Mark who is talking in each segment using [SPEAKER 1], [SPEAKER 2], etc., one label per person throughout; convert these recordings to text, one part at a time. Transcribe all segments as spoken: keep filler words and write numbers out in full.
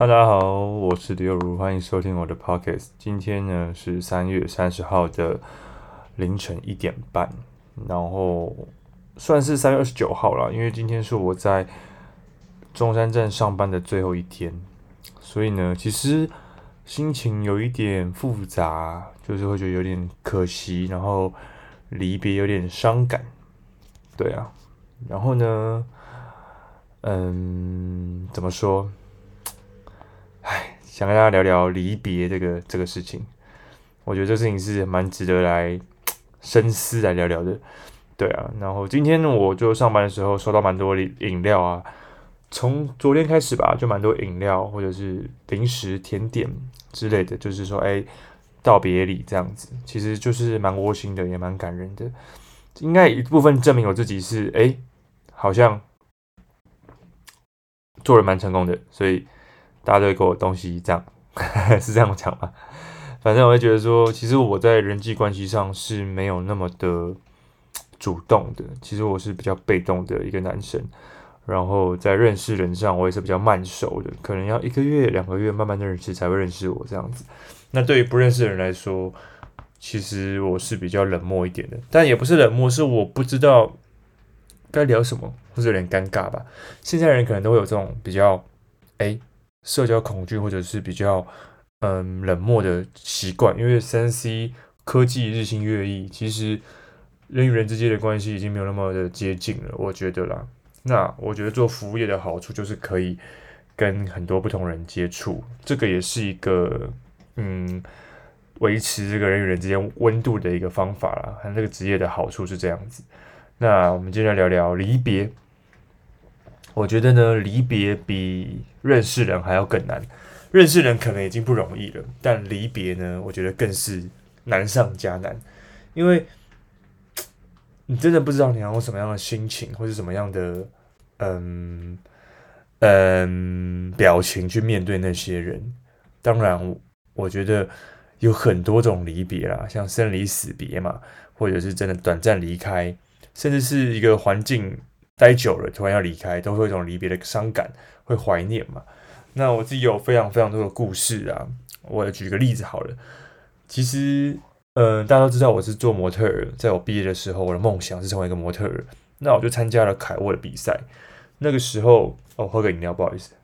[SPEAKER 1] 大家好，我是刘如，欢迎收听我的 Podcast。今天呢是三月三十号的凌晨一点半，然后算是三月二十九号了，因为今天是我在中山站上班的最后一天，所以呢，其实心情有一点复杂，就是会觉得有点可惜，然后离别有点伤感，对啊，然后呢，嗯，怎么说？想跟大家聊聊离别这个这个事情。我觉得这事情是蛮值得来深思来聊聊的。对啊，然后今天我就上班的时候收到蛮多饮料啊，从昨天开始吧，就蛮多饮料或者是零食、甜点之类的，就是说，哎，道别礼这样子，其实就是蛮窝心的，也蛮感人的。应该一部分证明我自己是，哎，好像做人蛮成功的，所以大家都会给我东西，这样是这样讲吗？反正我会觉得说，其实我在人际关系上是没有那么的主动的，其实我是比较被动的一个男生。然后在认识人上，我也是比较慢熟的，可能要一个月、两个月慢慢的认识才会认识我这样子。那对于不认识的人来说，其实我是比较冷漠一点的，但也不是冷漠，是我不知道该聊什么，或者有点尴尬吧。现在人可能都会有这种比较哎社交恐惧，或者是比较嗯冷漠的习惯，因为三 C 科技日新月异，其实人与人之间的关系已经没有那么的接近了，我觉得啦。那我觉得做服务业的好处就是可以跟很多不同人接触，这个也是一个嗯维持这个人与人之间温度的一个方法啦。看这个职业的好处是这样子。那我们接下来聊聊离别。我觉得呢，离别比认识人还要更难。认识人可能已经不容易了，但离别呢，我觉得更是难上加难，因为你真的不知道你要用什么样的心情，或是什么样的嗯嗯表情去面对那些人。当然，我觉得有很多种离别啦，像生离死别嘛，或者是真的短暂离开，甚至是一个环境待久了突然要离开，都会有一种离别的伤感，会怀念嘛。那我自己有非常非常多的故事啊，我举个例子好了。其实，呃，大家都知道我是做模特儿，在我毕业的时候，我的梦想是成为一个模特儿，那我就参加了凯沃的比赛。那个时候，哦，喝个饮料，不好意思。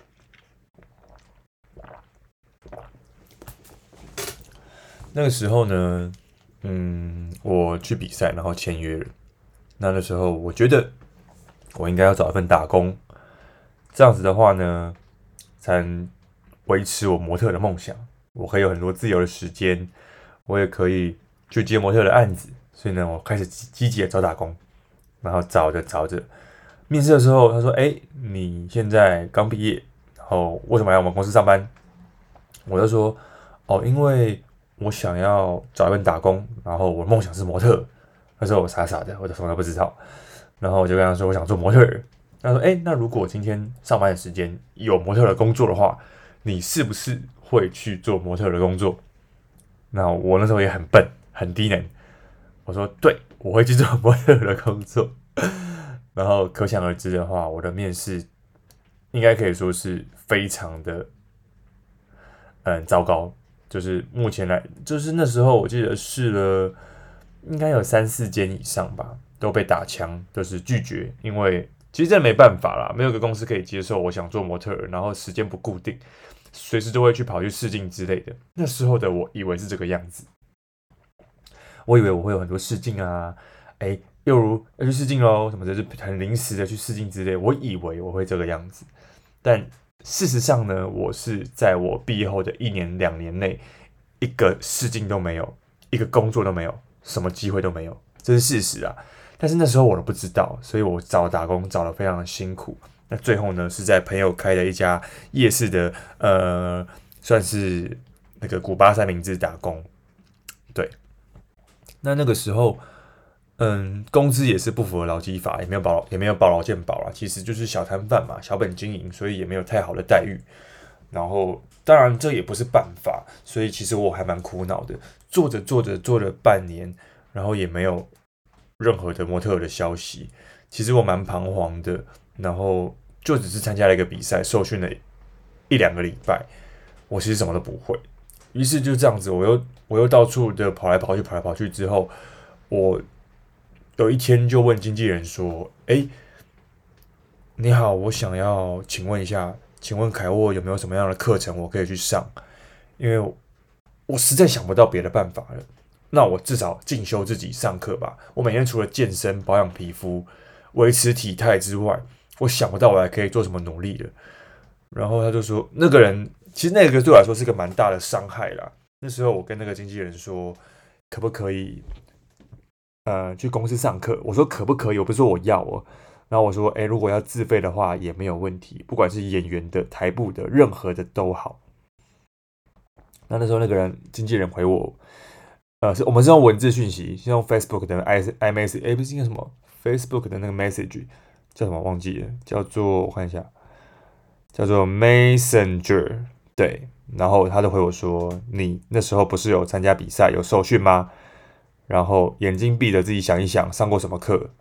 [SPEAKER 1] 那个时候呢，嗯，我去比赛，然后签约了。那那时候，我觉得我应该要找一份打工，这样子的话呢，才能维持我模特的梦想。我可以有很多自由的时间，我也可以去接模特的案子。所以呢，我开始积极的找打工，然后找着找着，面试的时候，他说：“哎，你现在刚毕业，然后为什么来我们公司上班？”我就说：“哦，因为我想要找一份打工，然后我的梦想是模特。”那时候我傻傻的，我什么都不知道。然后我就跟他说：“我想做模特儿。”他说：“哎，那如果今天上班的时间有模特的工作的话，你是不是会去做模特的工作？”那我那时候也很笨，很低能，我说：“对，我会去做模特的工作。”然后可想而知的话，我的面试应该可以说是非常的嗯糟糕。就是目前来，就是那时候我记得试了应该有三四间以上吧，都被打枪，都是拒绝，因为其实这没办法啦，没有个公司可以接受我想做模特儿，然后时间不固定，随时都会去跑去试镜之类的。那时候的我以为是这个样子，我以为我会有很多试镜啊，哎，又如要去试镜喽，什么的，就很临时的去试镜之类，我以为我会这个样子，但事实上呢，我是在我毕业后的一年两年内，一个试镜都没有，一个工作都没有，什么机会都没有，这是事实啊。但是那时候我都不知道，所以我找打工找得非常的辛苦。那最后呢，是在朋友开的一家夜市的，呃，算是那个古巴三明治打工。对，那那个时候，嗯，工资也是不符合劳基法，也没有保也没有保劳健保啦，其实就是小摊贩嘛，小本经营，所以也没有太好的待遇。然后，当然这也不是办法，所以其实我还蛮苦恼的。做着做着做了半年，然后也没有任何的模特儿的消息，其实我蛮彷徨的。然后就只是参加了一个比赛，受训了一两个礼拜，我其实什么都不会。于是就这样子，我又我又到处的跑来跑去，跑来跑去之后，我有一天就问经纪人说：“哎，你好，我想要请问一下，请问凯沃有没有什么样的课程我可以去上？因为我实在想不到别的办法了。那我至少进修自己上课吧。我每天除了健身、保养皮肤、维持体态之外，我想不到我还可以做什么努力了。”然后他就说，那个人其实那个对我来说是个蛮大的伤害啦。那时候我跟那个经纪人说，可不可以呃去公司上课？我说可不可以？我不是说我要哦。然后我说，哎，如果要自费的话也没有问题，不管是演员的、台部的，任何的都好。那那时候那个人经纪人回我，呃，是我们是用文字讯息，是用 Facebook 的 i iMessage，哎，不是应该什么 Facebook 的那个 message 叫什么忘记了，叫做我看一下。叫做 Messenger， 对，然后他就回我说：“你那时候不是有参加比赛，有受训吗？然后眼睛闭着自己想一想，上过什么课，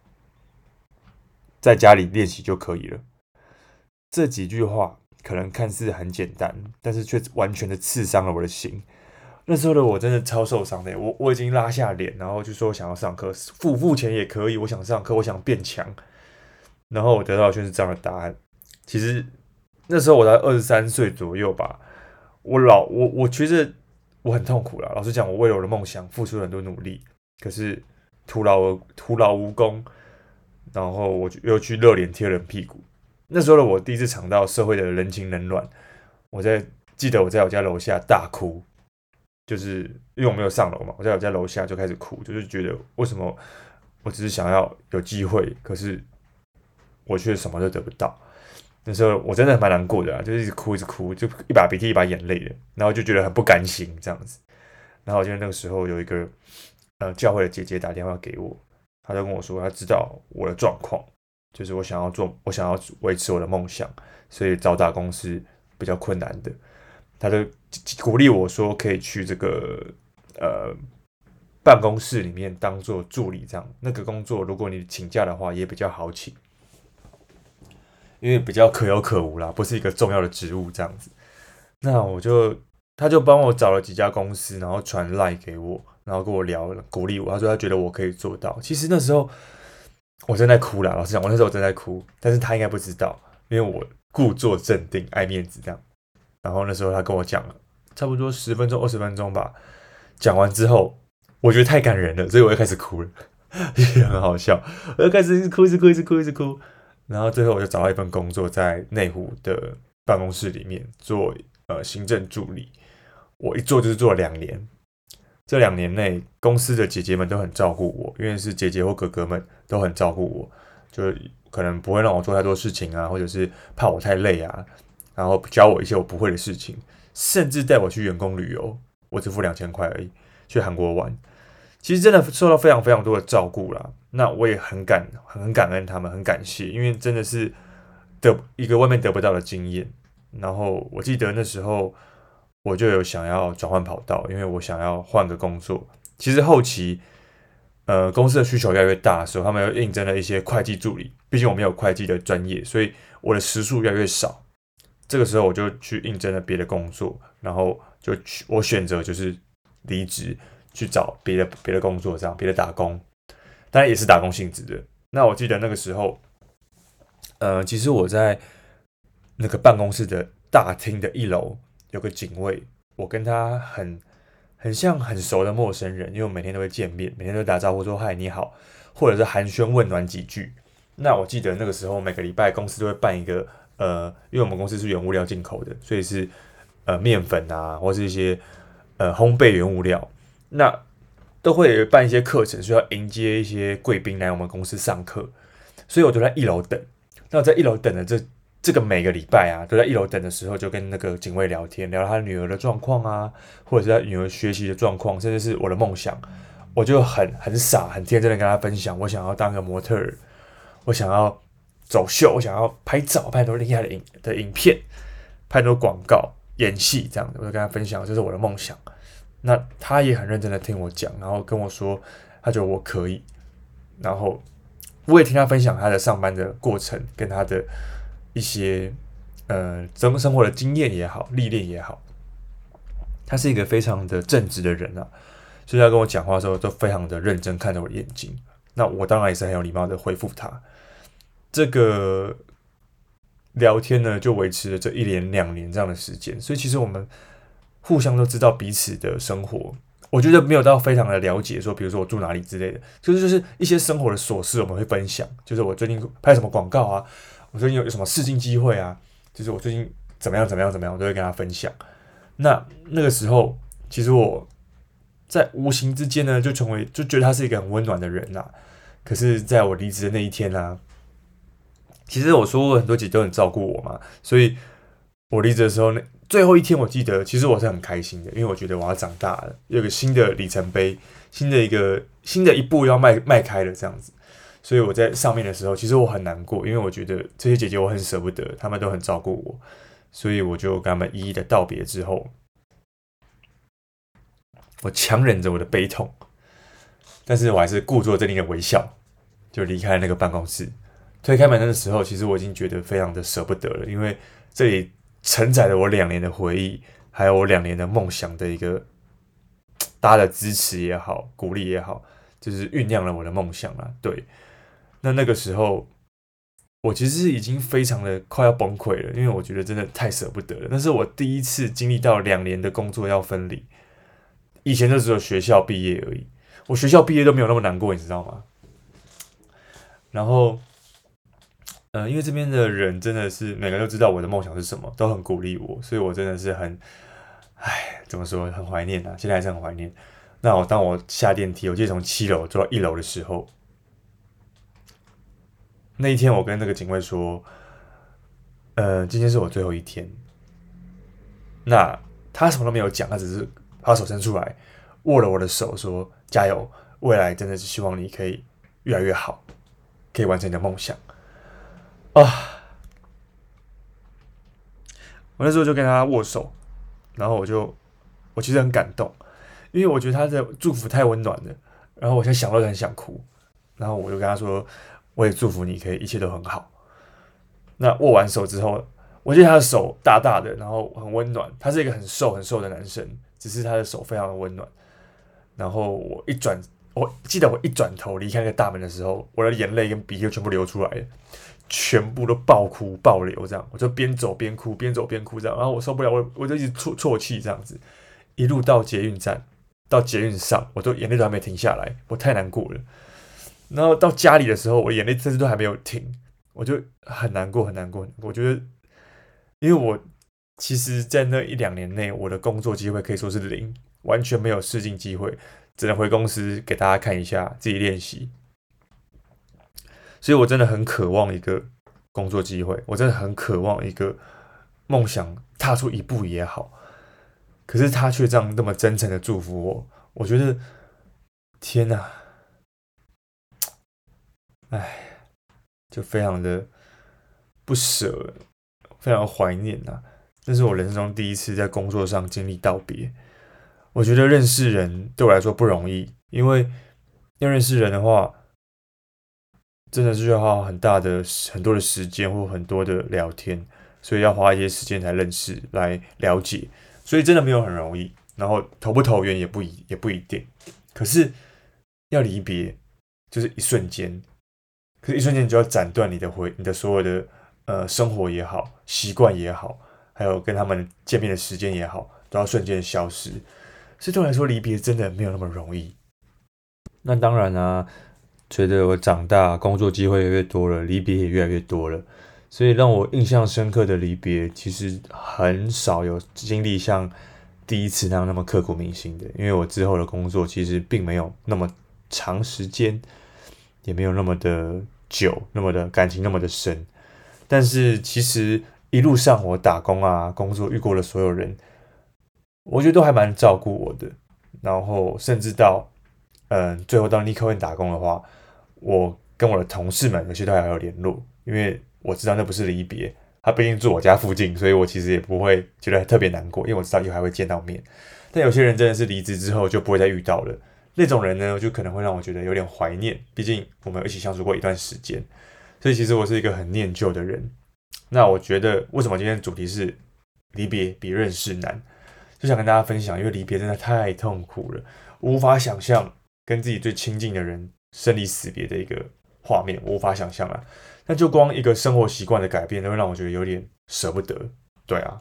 [SPEAKER 1] 在家里练习就可以了。”这几句话可能看似很简单，但是却完全的刺伤了我的心。那时候的我真的超受伤的，我我已经拉下脸，然后就说想要上课，付付钱也可以，我想上课，我想变强。然后我得到的却是这样的答案。其实那时候我才二十三岁左右吧，我老我我觉得我很痛苦啦。老实讲，我为了我的梦想付出了很多努力，可是徒劳徒劳无功，然后我又去热脸贴冷屁股。那时候的我第一次尝到社会的人情冷暖，我在记得我在我家楼下大哭，就是因为我没有上楼嘛，我在我家楼下就开始哭，就是觉得为什么我只是想要有机会，可是我却什么都得不到。那时候我真的蛮难过的啊，就是一直哭一直哭，就一把鼻涕一把眼泪的，然后就觉得很不甘心这样子。然后我记得那个时候有一个呃教会的姐姐打电话给我，她就跟我说她知道我的状况，就是我想要做，我想要维持我的梦想，所以找打工是比较困难的。她就鼓励我说可以去这个呃办公室里面当做助理这样，那个工作如果你请假的话也比较好请。因为比较可有可无啦，不是一个重要的职务这样子。那我就，他就帮我找了几家公司，然后传赖给我，然后跟我聊，鼓励我。他说他觉得我可以做到。其实那时候我正在哭啦，老实讲，我那时候正在哭，但是他应该不知道，因为我故作镇定，爱面子这样。然后那时候他跟我讲了，差不多十分钟、二十分钟吧。讲完之后，我觉得太感人了，所以我又开始哭了，也很好笑。我就开始一直哭，一直哭，一直哭，一直哭。然后最后我就找到一份工作，在内湖的办公室里面做呃行政助理。我一做就是做了两年。这两年内，公司的姐姐们都很照顾我，因为是姐姐或哥哥们都很照顾我，就是可能不会让我做太多事情啊，或者是怕我太累啊，然后教我一些我不会的事情，甚至带我去员工旅游，我只付两千块而已，去韩国玩。其实真的受到非常非常多的照顾啦，那我也很感很感恩他们，很感谢，因为真的是得一个外面得不到的经验。然后我记得那时候我就有想要转换跑道，因为我想要换个工作。其实后期呃公司的需求越来越大的时候，他们又应征了一些会计助理，毕竟我没有会计的专业，所以我的时数越来越少。这个时候我就去应征了别的工作，然后就去我选择就是离职。去找别的别的工作，这样别的打工，当然也是打工性质的。那我记得那个时候，呃，其实我在那个办公室的大厅的一楼有个警卫，我跟他很很像很熟的陌生人，因为我每天都会见面，每天都打招呼说嗨你好，或者是寒暄问暖几句。那我记得那个时候每个礼拜公司都会办一个，呃，因为我们公司是原物料进口的，所以是呃面粉啊，或是一些呃烘焙原物料。那都会办一些课程，需要迎接一些贵宾来我们公司上课，所以我都在一楼等。那我在一楼等的这这个每个礼拜啊，都在一楼等的时候，就跟那个警卫聊天，聊他女儿的状况啊，或者是他女儿学习的状况，甚至是我的梦想。我就很很傻、很天真的跟他分享，我想要当个模特儿，我想要走秀，我想要拍照，拍很多厉害的影的影片，拍很多广告、演戏这样的，我就跟他分享，这是我的梦想。那他也很认真的听我讲，然后跟我说他觉得我可以，然后我也听他分享他的上班的过程，跟他的一些呃生生活的经验也好，历练也好，他是一个非常的正直的人啊，所以他跟我讲话的时候都非常的认真看着我的眼睛。那我当然也是很有礼貌的回复他。这个聊天呢，就维持了这一年两年这样的时间，所以其实我们互相都知道彼此的生活。我觉得没有到非常的了解，说比如说我住哪里之类的，就是就是一些生活的琐事我们会分享，就是我最近拍什么广告啊，我最近有什么试镜机会啊，就是我最近怎么样怎么样怎么样，我都会跟他分享。那那个时候，其实我在无形之间呢，就成为就觉得他是一个很温暖的人呐、啊。可是，在我离职的那一天啊，其实我说过很多集都很照顾我嘛，所以我离职的时候，那最后一天我记得，其实我是很开心的，因为我觉得我要长大了，有个新的里程碑，新的一个新的一步要迈迈开了这样子。所以我在上面的时候，其实我很难过，因为我觉得这些姐姐我很舍不得，她们都很照顾我，所以我就跟她们一一的道别之后，我强忍着我的悲痛，但是我还是故作镇定的微笑，就离开那个办公室。推开门的时候，其实我已经觉得非常的舍不得了，因为这里承载了我两年的回忆，还有我两年的梦想的一个大家的支持也好，鼓励也好，就是酝酿了我的梦想啦。对，那那个时候我其实已经非常的快要崩溃了，因为我觉得真的太舍不得了。那是我第一次经历到两年的工作要分离，以前就只有学校毕业而已，我学校毕业都没有那么难过，你知道吗？然后。呃，因为这边的人真的是每个人都知道我的梦想是什么，都很鼓励我，所以我真的是很，唉，怎么说，很怀念啊，现在还是很怀念。那我当我下电梯，我记得从七楼坐到一楼的时候，那一天我跟那个警卫说，呃，今天是我最后一天。那他什么都没有讲，他只是把手伸出来，握了我的手，说加油，未来真的是希望你可以越来越好，可以完成你的梦想。啊！我那时候就跟他握手，然后我就我其实很感动，因为我觉得他的祝福太温暖了，然后我现在想到就很想哭，然后我就跟他说，我也祝福你可以一切都很好。那握完手之后，我记得他的手大大的，然后很温暖，他是一个很瘦很瘦的男生，只是他的手非常的温暖。然后我一转，我记得我一转头离开那个大门的时候，我的眼泪跟鼻涕全部流出来了。全部都爆哭爆流，这样我就边走边哭，边走边哭这样，然后我受不了，我我就一直啜啜泣这样子，一路到捷运站，到捷运上，我都眼泪都还没停下来，我太难过了。然后到家里的时候，我眼泪甚至都还没有停，我就很难过很难过。我觉得，因为我其实，在那一两年内，我的工作机会可以说是零，完全没有试镜机会，只能回公司给大家看一下，自己练习。所以我真的很渴望一个工作机会，我真的很渴望一个梦想踏出一步也好。可是他却这样那么真诚的祝福我，我觉得天哪，唉，就非常的不舍，非常怀念呐、啊。这是我人生中第一次在工作上经历道别。我觉得认识人对我来说不容易，因为要认识人的话。真的是要花很大的很多的时间或很多的聊天，所以要花一些时间才认识来了解，所以真的没有很容易。然后投不投缘也不一也不一定，可是要离别就是一瞬间，可是一瞬间你就要斩断你的回你的所有的呃生活也好，习惯也好，还有跟他们见面的时间也好，都要瞬间消失。所以对我来说，离别真的没有那么容易。那当然啊。随着我长大，工作机会越来越多了，离别也越来越多了，所以让我印象深刻的离别，其实很少有经历像第一次那样那么刻骨铭心的。因为我之后的工作其实并没有那么长时间，也没有那么的久，那么的感情那么的深。但是其实一路上我打工啊，工作遇过的所有人，我觉得都还蛮照顾我的。然后甚至到嗯，最后到立科院打工的话，我跟我的同事们有些都还有联络，因为我知道那不是离别，他毕竟住我家附近，所以我其实也不会觉得特别难过，因为我知道以后还会见到面。但有些人真的是离职之后就不会再遇到了，那种人呢，就可能会让我觉得有点怀念，毕竟我们一起相处过一段时间，所以其实我是一个很念旧的人。 那我觉得为什么今天的主题是离别比认识难，就想跟大家分享，因为离别真的太痛苦了，无法想象跟自己最亲近的人生离死别的一个画面，我无法想象啊。那就光一个生活习惯的改变，都会让我觉得有点舍不得。对啊，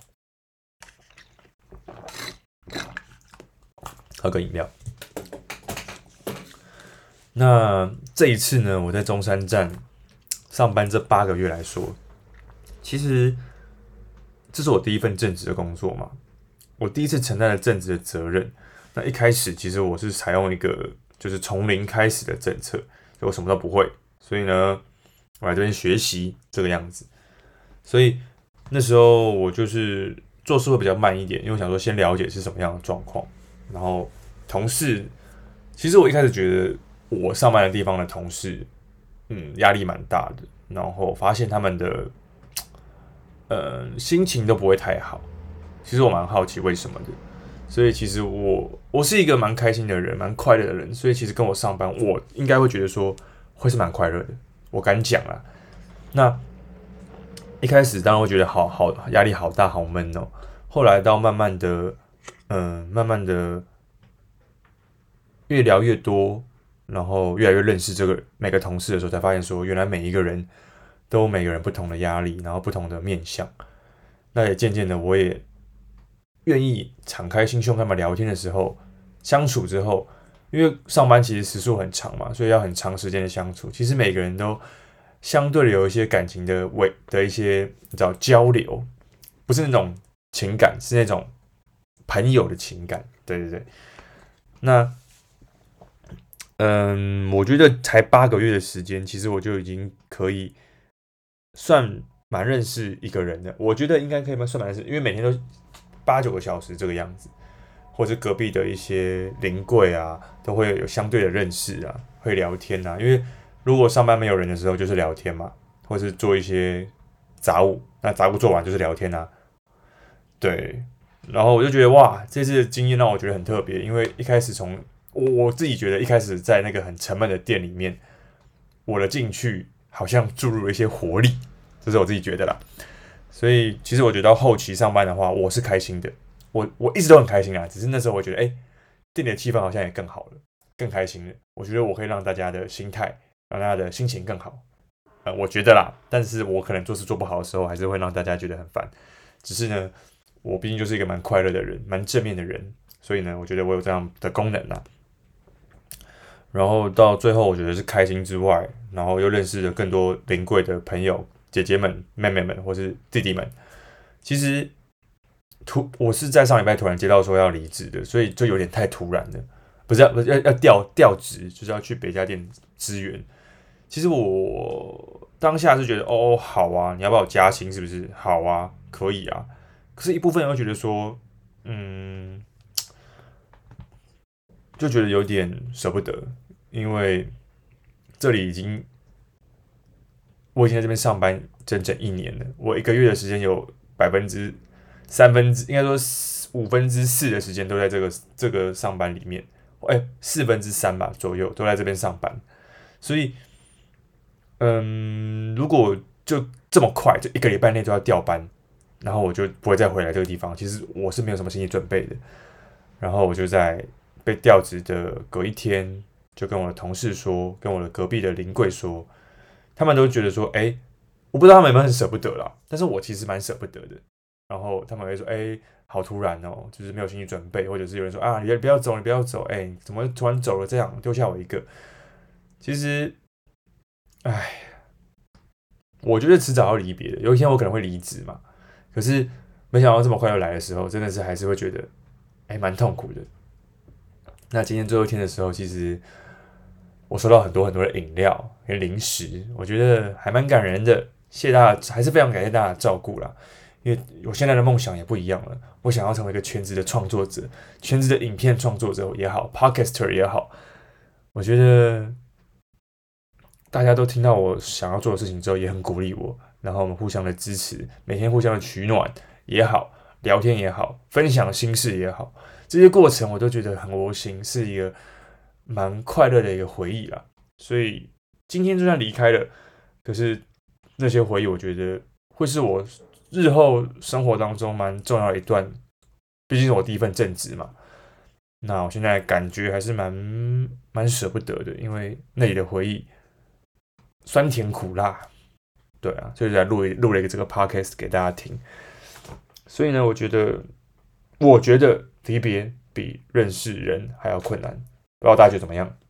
[SPEAKER 1] 喝个饮料。那这一次呢，我在中山站上班这八个月来说，其实这是我第一份正职的工作嘛，我第一次承担了正职的责任。那一开始其实我是采用一个就是从零开始的政策，我什么都不会，所以呢，我来这边学习这个样子。所以那时候我就是做事会比较慢一点，因为我想说先了解是什么样的状况。然后同事，其实我一开始觉得我上班的地方的同事，嗯，压力蛮大的，然后发现他们的呃心情都不会太好。其实我蛮好奇为什么的，所以其实我我是一个蛮开心的人，蛮快乐的人，所以其实跟我上班，我应该会觉得说会是蛮快乐的，我敢讲啦。那一开始当然会觉得好好压力好大，好闷哦。后来到慢慢的，嗯、呃，慢慢的越聊越多，然后越来越认识这个每个同事的时候，才发现说，原来每一个人都有每个人不同的压力，然后不同的面向。那也渐渐的，我也愿意敞开心胸跟他们聊天的时候，相处之后，因为上班其实时数很长嘛，所以要很长时间的相处。其实每个人都相对的有一些感情的伪的一些你知道交流，不是那种情感，是那种朋友的情感。对对对，那嗯，我觉得才八个月的时间，其实我就已经可以算蛮认识一个人的。我觉得应该可以算蛮认识，因为每天都八九个小时这个样子，或者隔壁的一些邻柜啊，都会有相对的认识啊，会聊天啊。因为如果上班没有人的时候，就是聊天嘛，或是做一些杂物，那杂物做完就是聊天啊。对，然后我就觉得哇，这次的经验让我觉得很特别，因为一开始从我我自己觉得一开始在那个很沉闷的店里面，我的进去好像注入了一些活力，这是我自己觉得啦。所以其实我觉得到后期上班的话，我是开心的，我我一直都很开心啊，只是那时候我觉得，哎、欸，店里的气氛好像也更好了，更开心了。我觉得我可以让大家的心态，让大家的心情更好。呃，我觉得啦，但是我可能做事做不好的时候，还是会让大家觉得很烦。只是呢，我毕竟就是一个蛮快乐的人，蛮正面的人，所以呢，我觉得我有这样的功能啦。然后到最后，我觉得是开心之外，然后又认识了更多临柜的朋友、姐姐们、妹妹们或是弟弟们。其实突我是在上礼拜突然接到说要离职的，所以就有点太突然了。不是要不是要要调调职，就是要去别家店支援。其实我当下是觉得，哦，好啊，你要不要我加薪？是不是？好啊，可以啊。可是，一部分人会觉得说，嗯，就觉得有点舍不得，因为这里已经我已经在这边上班整整一年了，我一个月的时间有百分之三分之，应该说五分之四的时间都在这个这个上班里面，哎、欸，四分之三吧左右都在这边上班，所以，嗯，如果就这么快，就一个礼拜内就要调班，然后我就不会再回来这个地方，其实我是没有什么心理准备的，然后我就在被调职的隔一天，就跟我的同事说，跟我的隔壁的邻柜说。他们都觉得说，哎、欸，我不知道他们有没有很舍不得啦，但是我其实蛮舍不得的。然后他们会说，哎、欸，好突然哦，就是没有心理准备，或者是有人说啊，你不要走，你不要走，哎、欸，怎么突然走了这样，丢下我一个。其实，哎，我觉得迟早要离别的，有一天我可能会离职嘛。可是没想到这么快要来的时候，真的是还是会觉得，哎、欸，蛮痛苦的。那今天最后一天的时候，其实。我收到很多很多的饮料跟零食，我觉得还蛮感人的。谢谢大家，还是非常感谢大家的照顾啦。因为我现在的梦想也不一样了，我想要成为一个全职的创作者，全职的影片创作者也好 ，podcaster 也好。我觉得大家都听到我想要做的事情之后，也很鼓励我，然后我们互相的支持，每天互相的取暖也好，聊天也好，分享心事也好，这些过程我都觉得很窝心，是一个。蛮快乐的一个回忆啦，所以今天就算离开了，可是那些回忆，我觉得会是我日后生活当中蛮重要的一段，毕竟是我第一份正职嘛。那我现在感觉还是蛮蛮舍不得的，因为那里的回忆酸甜苦辣，对啊，所以才录录了一个这个 podcast 给大家听。所以呢，我觉得，我觉得离别比认识人还要困难，不知道大家觉得怎么样？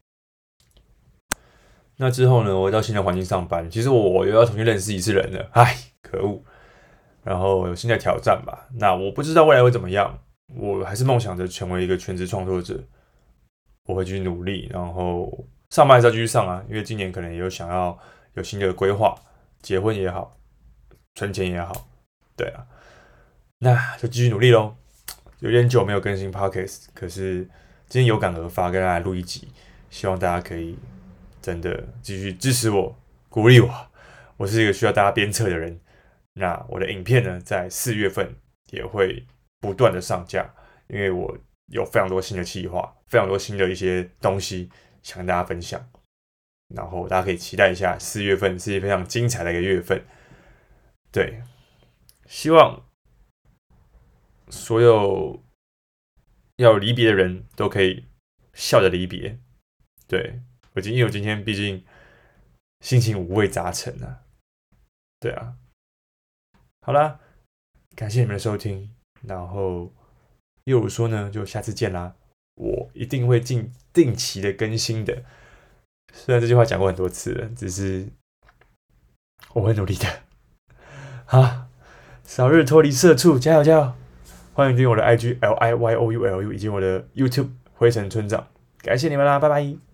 [SPEAKER 1] 那之后呢，我到新的环境上班，其实我我又要重新认识一次人了，唉，可恶！然后有新的挑战吧，那我不知道未来会怎么样，我还是梦想着成为一个全职创作者，我会继续努力，然后上班还是要继续上啊，因为今年可能也有想要有新的规划，结婚也好，存钱也好，对啊，那就继续努力喽。有点久没有更新 podcast， 可是今天有感而发，跟大家录一集，希望大家可以真的继续支持我，鼓励我。我是一个需要大家鞭策的人。那我的影片呢，在四月份也会不断的上架，因为我有非常多新的计划，非常多新的一些东西想跟大家分享。然后大家可以期待一下，四月份是一个非常精彩的一个月份。对，希望所有要离别的人都可以笑着离别。对，我今因为我今天毕竟心情五味杂陈啊。对啊，好啦，感谢你们的收听。然后又如说呢，就下次见啦。我一定会定定期的更新的。虽然这句话讲过很多次了，只是我会努力的。好，早日脱离社畜，加油加油！欢迎订阅我的 I G L I Y O U L U 以及我的 YouTube 灰尘村长，感谢你们啦，拜拜。